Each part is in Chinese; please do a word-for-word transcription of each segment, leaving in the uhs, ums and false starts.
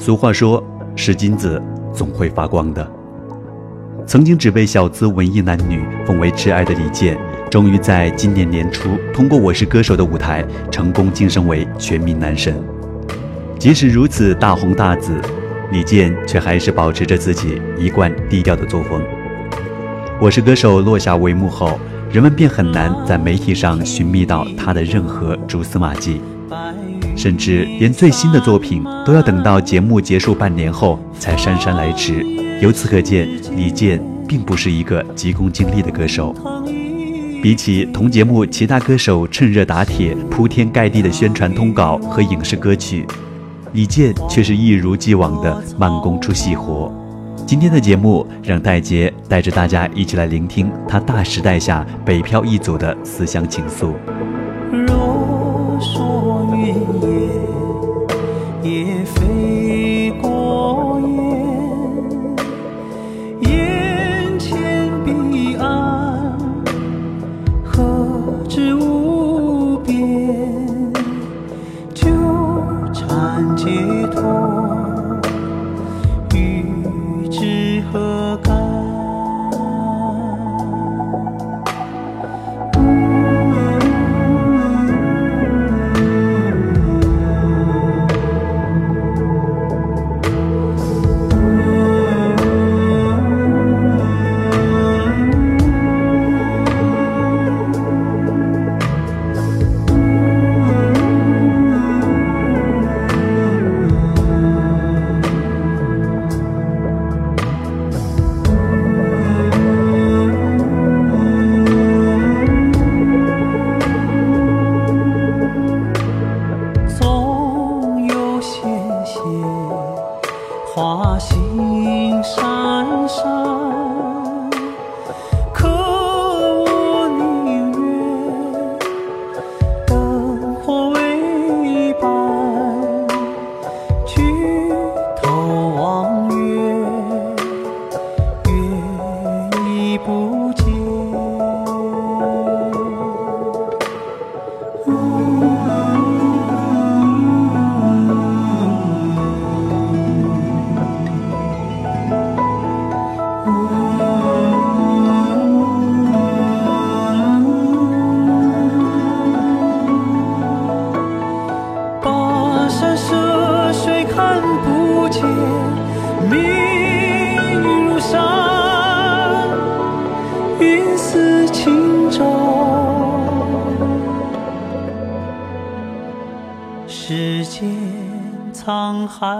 俗话说，是金子总会发光的。曾经只被小资文艺男女奉为挚爱的李健，终于在今年年初通过《我是歌手》的舞台，成功晋升为全民男神。即使如此大红大紫，李健却还是保持着自己一贯低调的作风。《我是歌手》落下帷幕后，人们便很难在媒体上寻觅到他的任何蛛丝马迹，甚至连最新的作品都要等到节目结束半年后才姗姗来迟。由此可见，李健并不是一个急功近利的歌手。比起同节目其他歌手趁热打铁、铺天盖地的宣传通稿和影视歌曲，李健却是一如既往的慢工出细活。今天的节目让戴杰带着大家一起来聆听他大时代下北漂一族的思乡情愫。 若说云也也飞过眼，眼前彼岸何止无边，纠缠解脱与之何干。花心闪闪，可我宁愿灯火为伴，举头望月，月已不见。世间沧海，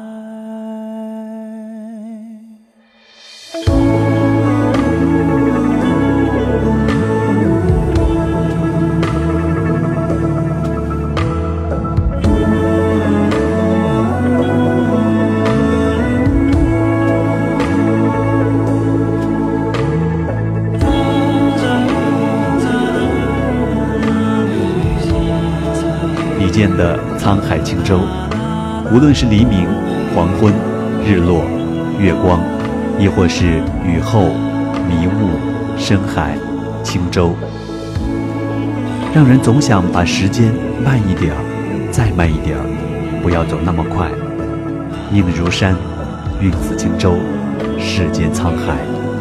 李健的沧海轻舟，无论是黎明、黄昏、日落、月光，亦或是雨后、迷雾、深海、轻舟，让人总想把时间慢一点儿，再慢一点儿，不要走那么快。硬如山，运似轻舟，世间沧海。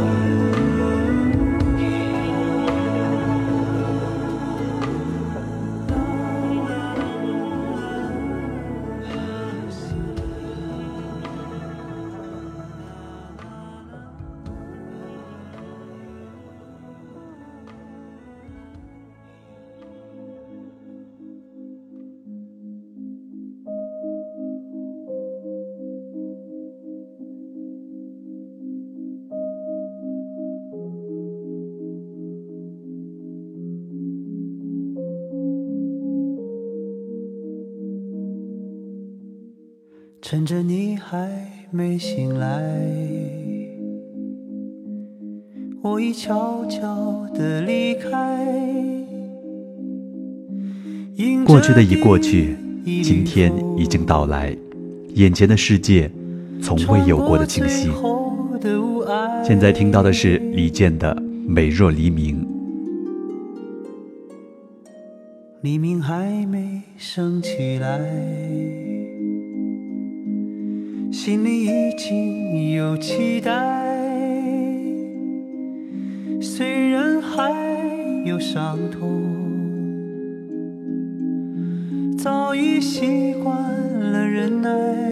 趁着你还没醒来，我已悄悄地离开。 过去的已过去，今天已经到来，眼前的世界从未有过的清晰。现在听到的是李健的《美若黎明》。 黎明还没升起来， 心里已经有期待，虽然还有伤痛，早已习惯了忍耐。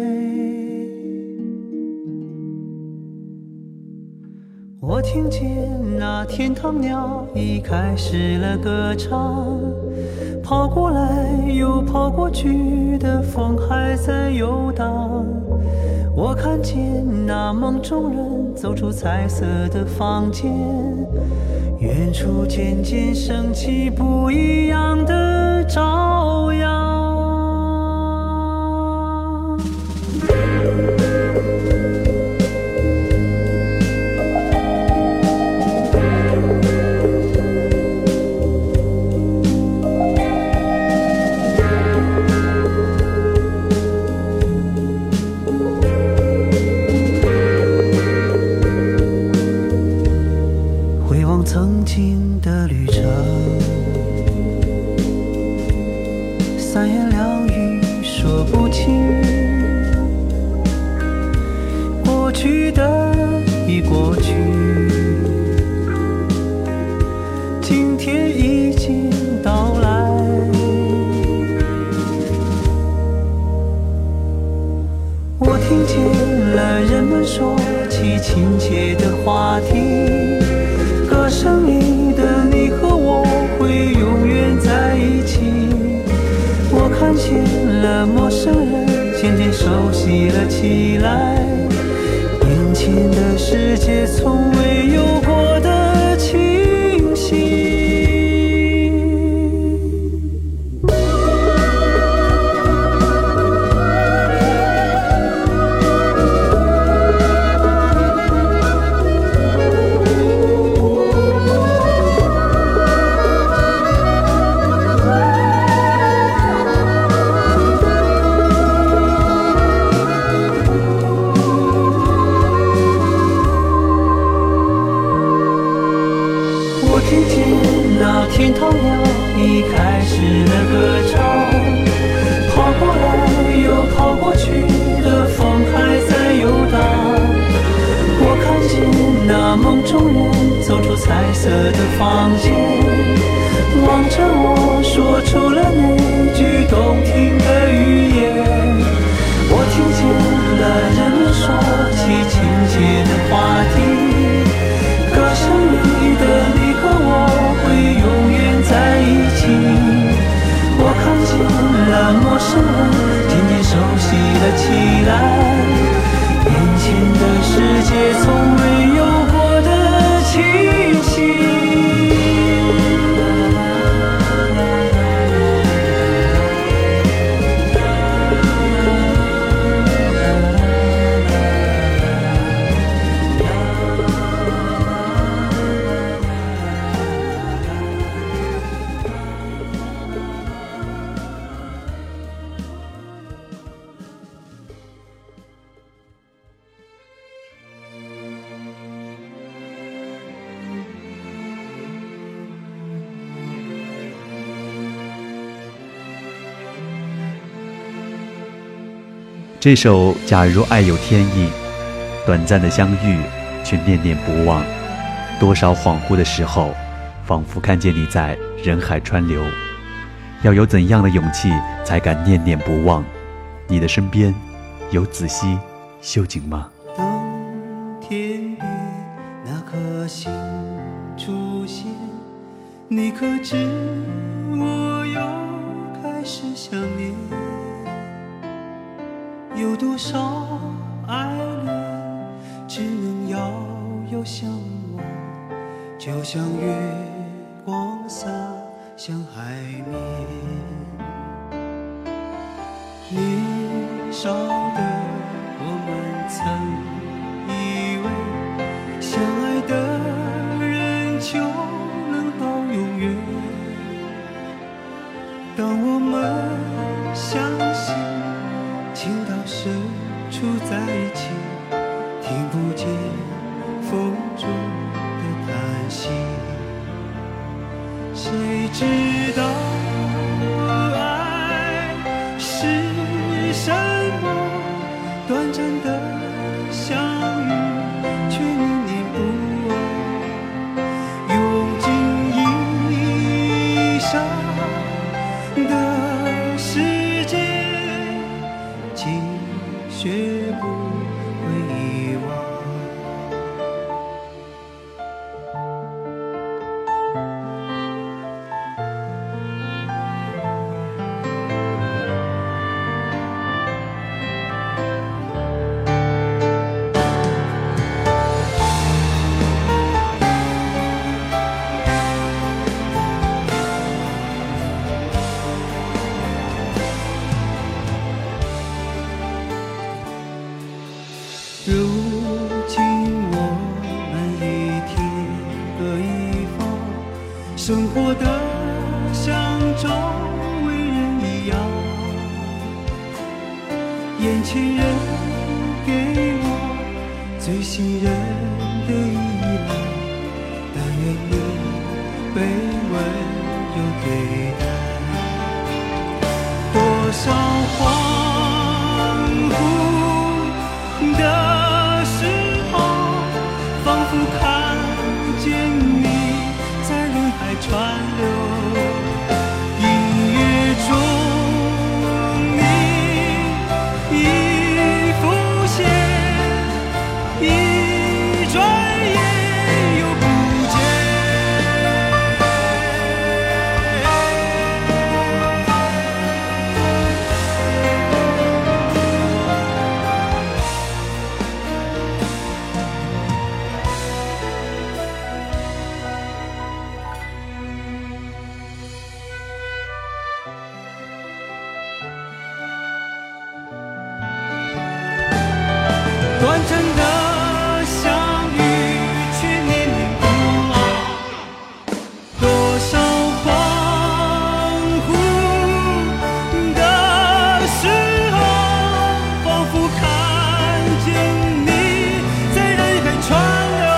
我听见那天堂鸟已开始了歌唱，跑过来又跑过去的风还在游荡。我看见那梦中人走出彩色的房间，远处渐渐升起不一样的朝阳。曾经的旅程，三言两语说不清，过去的已过去，今天已经到来。我听见了人们说起亲切的话题，歌声里的你和我会永远在一起。我看见了陌生人渐渐熟悉了起来，眼前的世界从未有过的清晰。听见那天堂鸟已开始了歌唱，跑过来又跑过去的风还在游荡。我看见那梦中人走出彩色的房间，望着我说出了那句动听的语言。我听见了人们说起亲切的话题，歌声里的你和我会永远在一起。我看见了陌生人渐渐熟悉了起来，眼前的世界从未有过的清晰。 这首《假如爱有天意》，短暂的相遇，却念念不忘。多少恍惚的时候，仿佛看见你在人海川流。要有怎样的勇气，才敢念念不忘？你的身边有子熙、秀景吗？ 等天边那颗星出现，你可知我又开始想念？有多少爱恋只能遥遥相望，就像月光洒向海面。年少的我们曾以为相爱的人就能到永远，当我们相信情到深处在一起，听不见风中的叹息。谁知道爱是什么？短暂的生活的像周围人一样，眼前人给我最信任的依赖，但愿你被温柔对待。多少恍惚的时候，仿佛看见你在人海川流，音乐中你已浮现，一转眼又不见。短暂的相遇，却念念不忘。多少恍惚的时候，仿佛看见你在人海川流，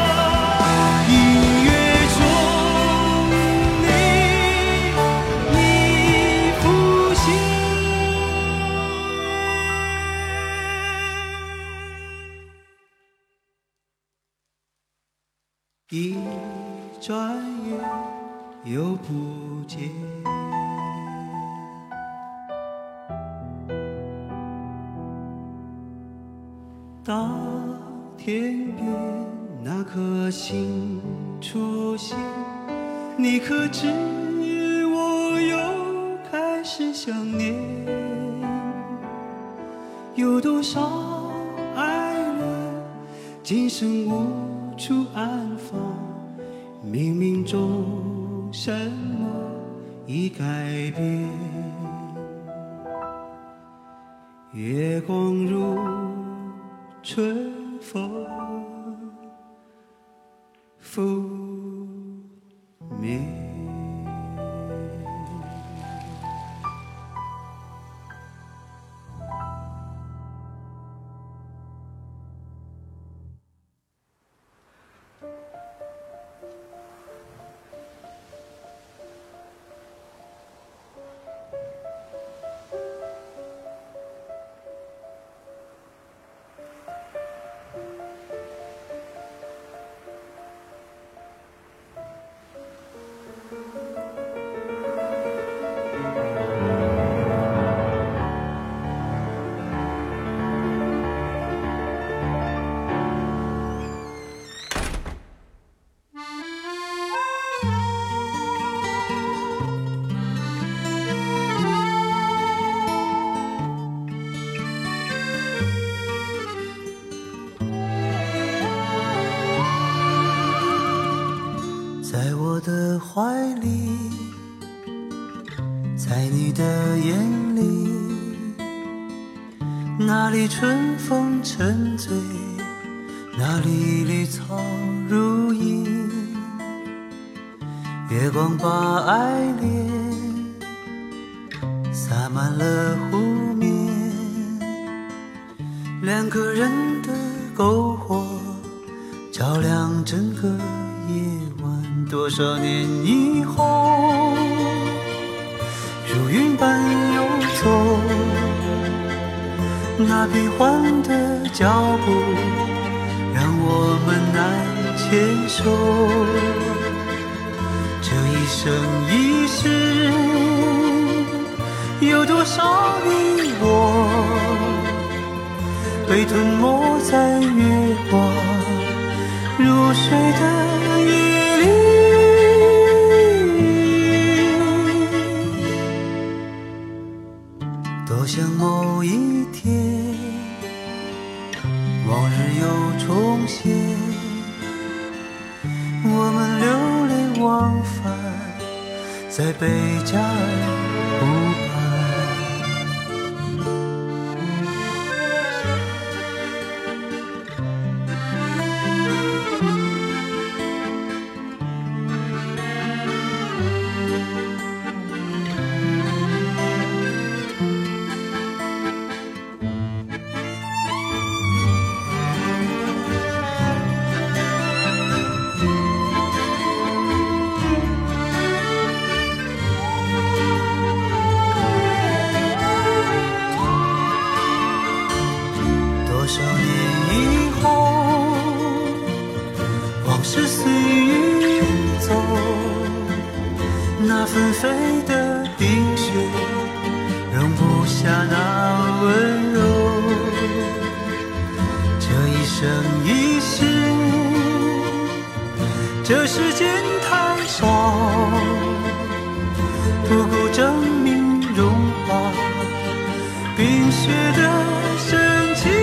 音乐中你已浮现。一转眼又不见。当天边那颗星出现，你可知我又开始想念？有多少爱人今生无处安放，冥冥中什么已改变？月光如春风拂面。在我的怀里，在你的眼里，那里春风沉醉，那里绿草如茵，月光把爱恋洒满了湖面，两个人的篝火照亮整个夜晚。多少年以后，如云般游走，那变幻的脚步让我们难牵手。这一生一世，有多少你我被吞没在月光入睡的夜里。多想某一天，往日又重现，我们流连忘返在贝加尔湖畔。 往事随云走，那纷飞的冰雪容不下那温柔。这一生一世，这世间太少，不顾证明融化冰雪的深情。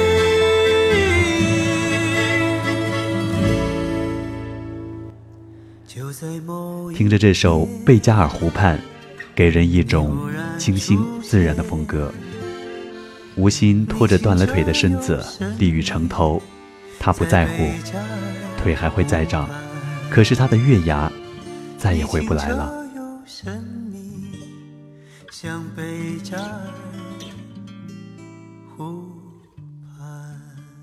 听着这首《贝加尔湖畔》，给人一种清新自然的风格。吴昕拖着断了腿的身子，立于城头，他不在乎，腿还会再长，可是他的月牙再也回不来了。 像贝加尔湖畔。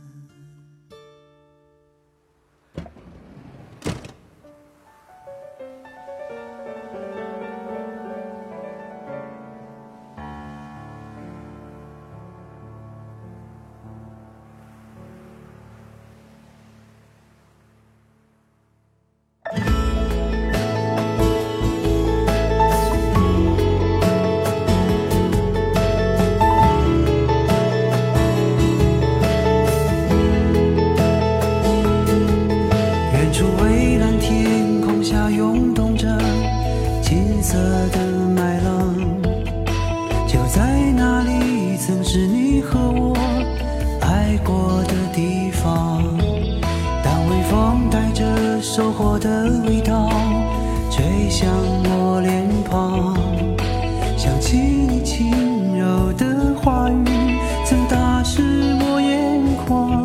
收获的味道吹向我脸庞，想起你轻柔的话语曾打湿我眼眶。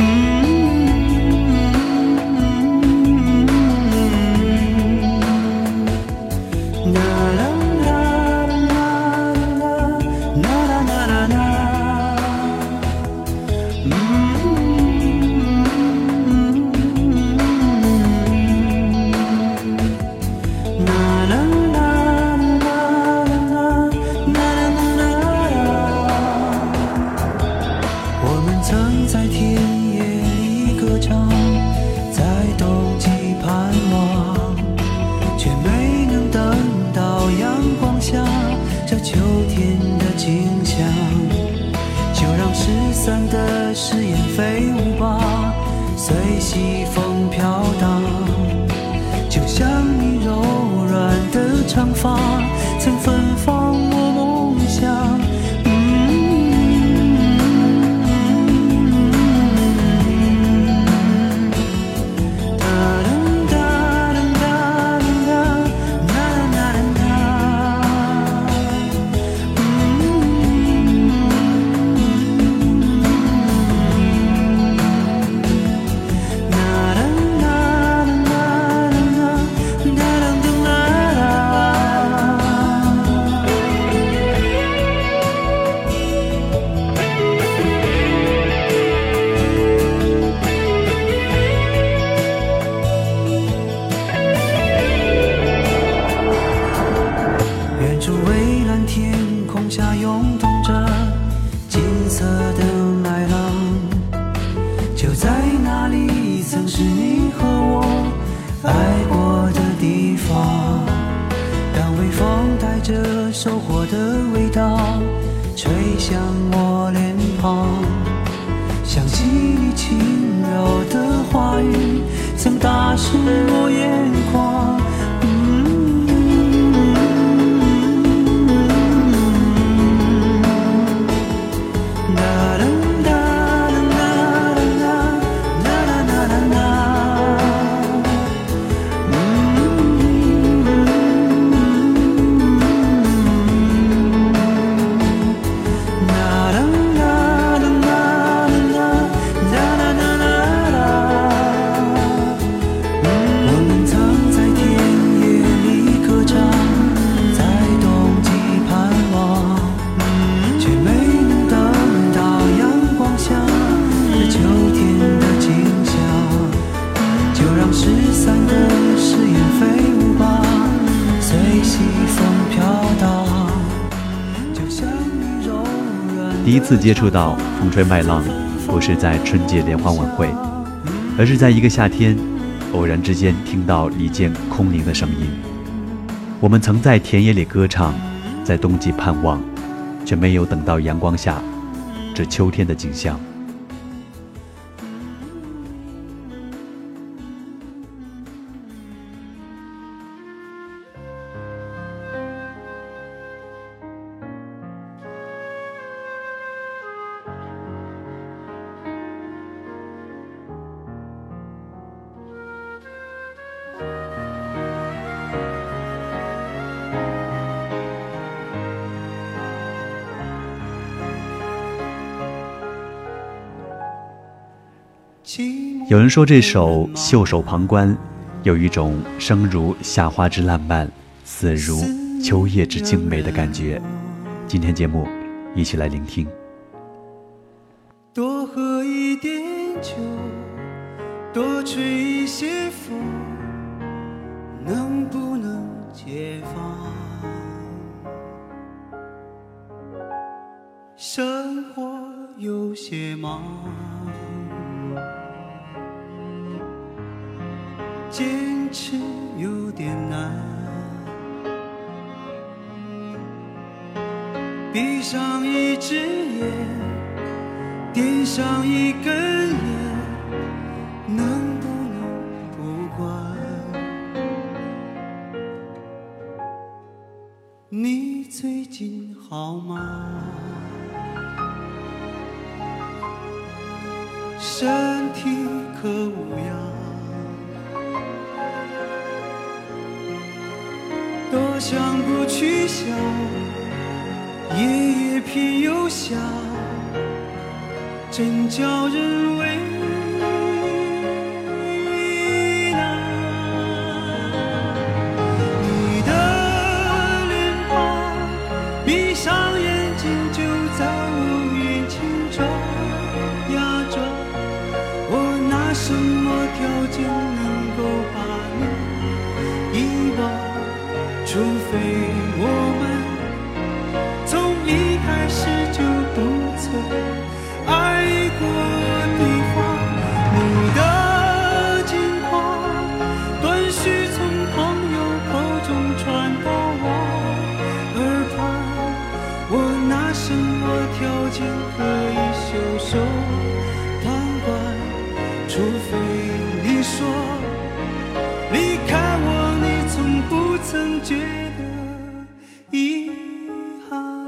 的誓言飞舞吧，随西风飘荡，就像你柔软的长发曾芬芳我梦想。收获的味道吹向我脸庞，想起你轻柔的话语曾打湿我眼眶。 第一次接触到风吹麦浪，不是在春节联欢晚会，而是在一个夏天， 偶然之间听到李健空灵的声音。我们曾在田野里歌唱，在冬季盼望，却没有等到阳光下这秋天的景象。有人说这首《袖手旁观》有一种生如夏花之烂漫，死如秋叶之静美的感觉。今天节目一起来聆听。 多喝一点酒，多吹一些风，能不能解放？生活有些忙，坚持有点难，闭上一只眼，点上一根烟，能不能不管？你最近好吗？身体可无恙？多想不去想，夜夜偏又想，真叫人为难。你的脸庞，闭上眼睛就在我面前转呀转，我拿什么条件能够把你遗忘？除非我们从一开始就不曾爱过对方。你的近况断续从朋友口中传到我耳畔，我拿什么条件可以袖手旁观？除非你说离开我，你从不曾觉得遗憾。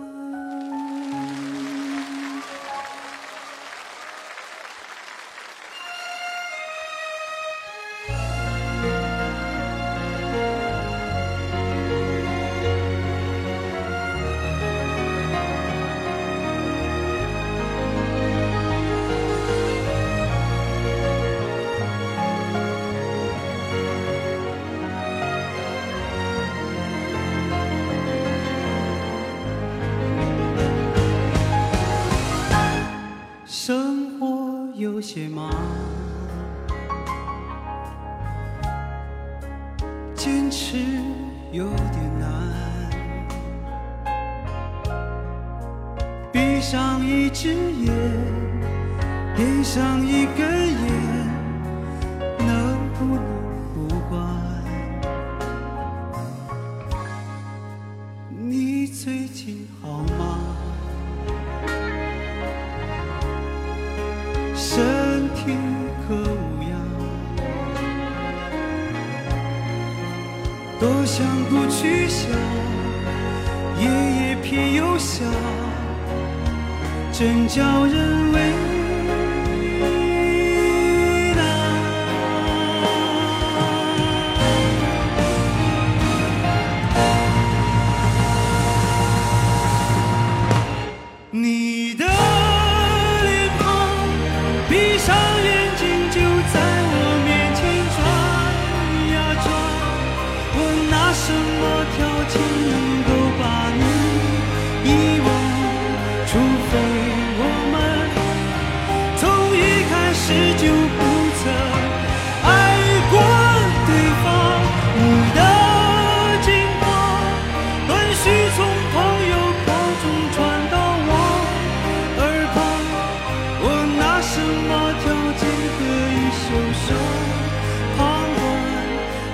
生活有些忙，坚持有点难，闭上一只眼，点上一根烟，能不能不管？你最近好吗？身体可无恙？多想不去想，夜夜偏又想，真叫人为难。你的闭上眼睛就在我面前转呀转，我拿什么条件能够把你遗忘？除非我们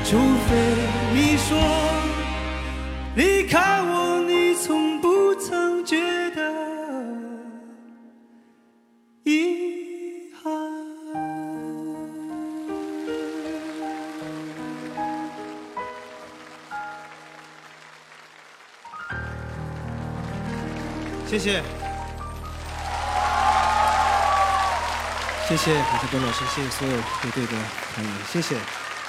除非你说离开我，你从不曾觉得遗憾。谢谢，谢谢李志东老师，谢谢所有乐队的团员，谢谢。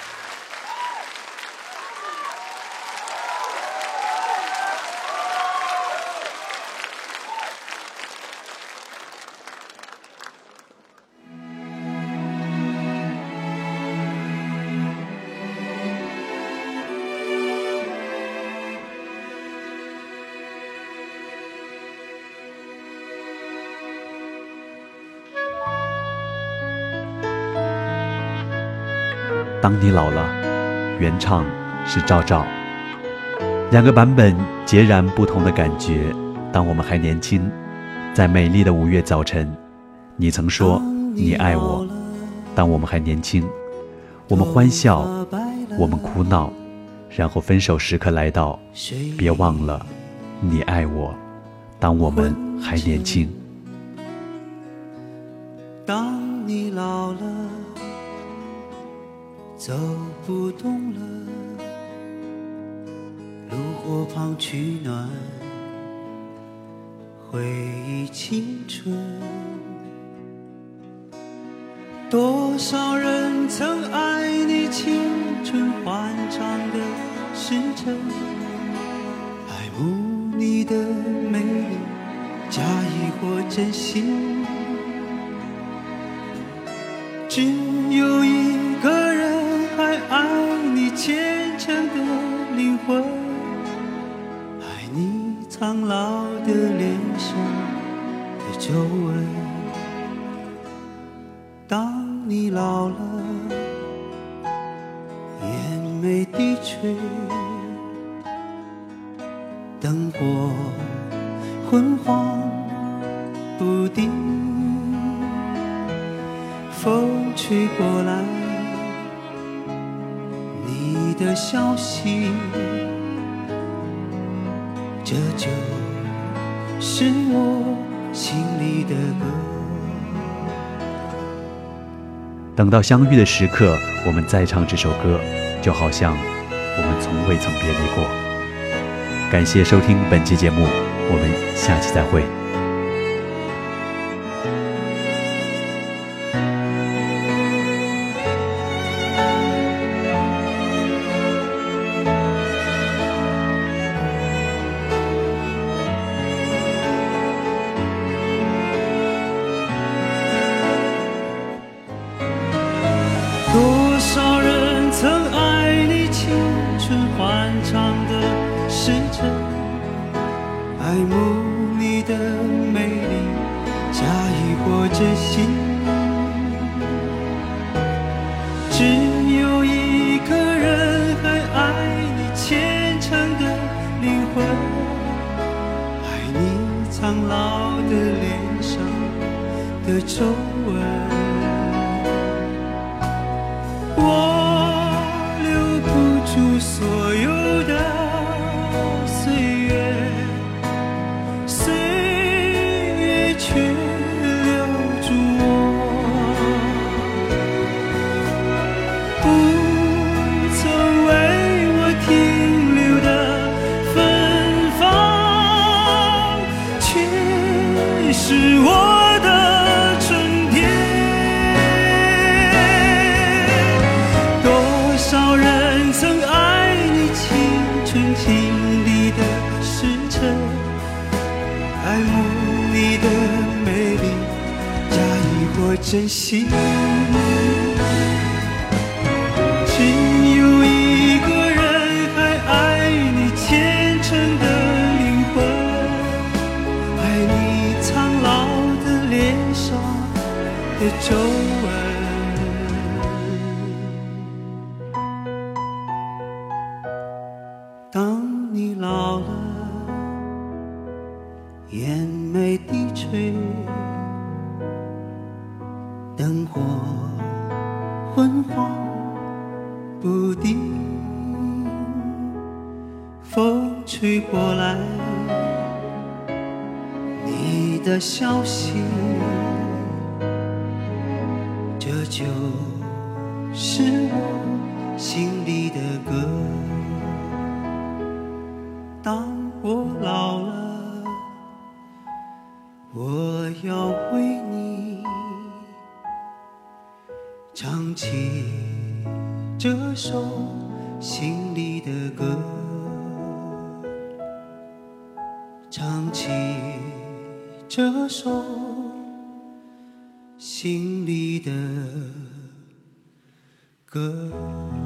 当你老了，原唱是赵照，两个版本截然不同的感觉。当我们还年轻，在美丽的五月早晨，你曾说你爱我。当我们还年轻，我们欢笑，我们哭闹，然后分手时刻来到，别忘了你爱我。当我们还年轻， 当你老了，走不动了，炉火旁取暖，回忆青春。多少人曾爱你青春欢畅的时辰，爱慕你的美丽，假意或真心。只有一个人还爱你虔诚的灵魂，爱你苍老的脸上的皱纹。当你老了，烟眉低垂，灯火昏黄不定，风吹过来，你的消息，这就是我心里的歌。 等到相遇的时刻，我们再唱这首歌，就好像我们从未曾别离过。感谢收听本期节目，我们下期再会。 多少人曾爱你青春欢畅的时辰，爱慕你的美丽，假意或真心。只有一个人还爱你虔诚的灵魂，爱你苍老的脸上的皱纹。所有的岁月，岁月却留住我，不曾为我停留的芬芳，却是我的春天。多少人曾爱春经历的时辰，爱慕你的美丽，假意或真心。只有一个人还爱你虔诚的灵魂，爱你苍老的脸上的皱纹。当你老了，烟眉低垂，灯火昏黄不定。 风吹过来，你的消息，这就是我心里的歌。当我老了，我要为你唱起这首心里的歌，唱起这首心里的歌。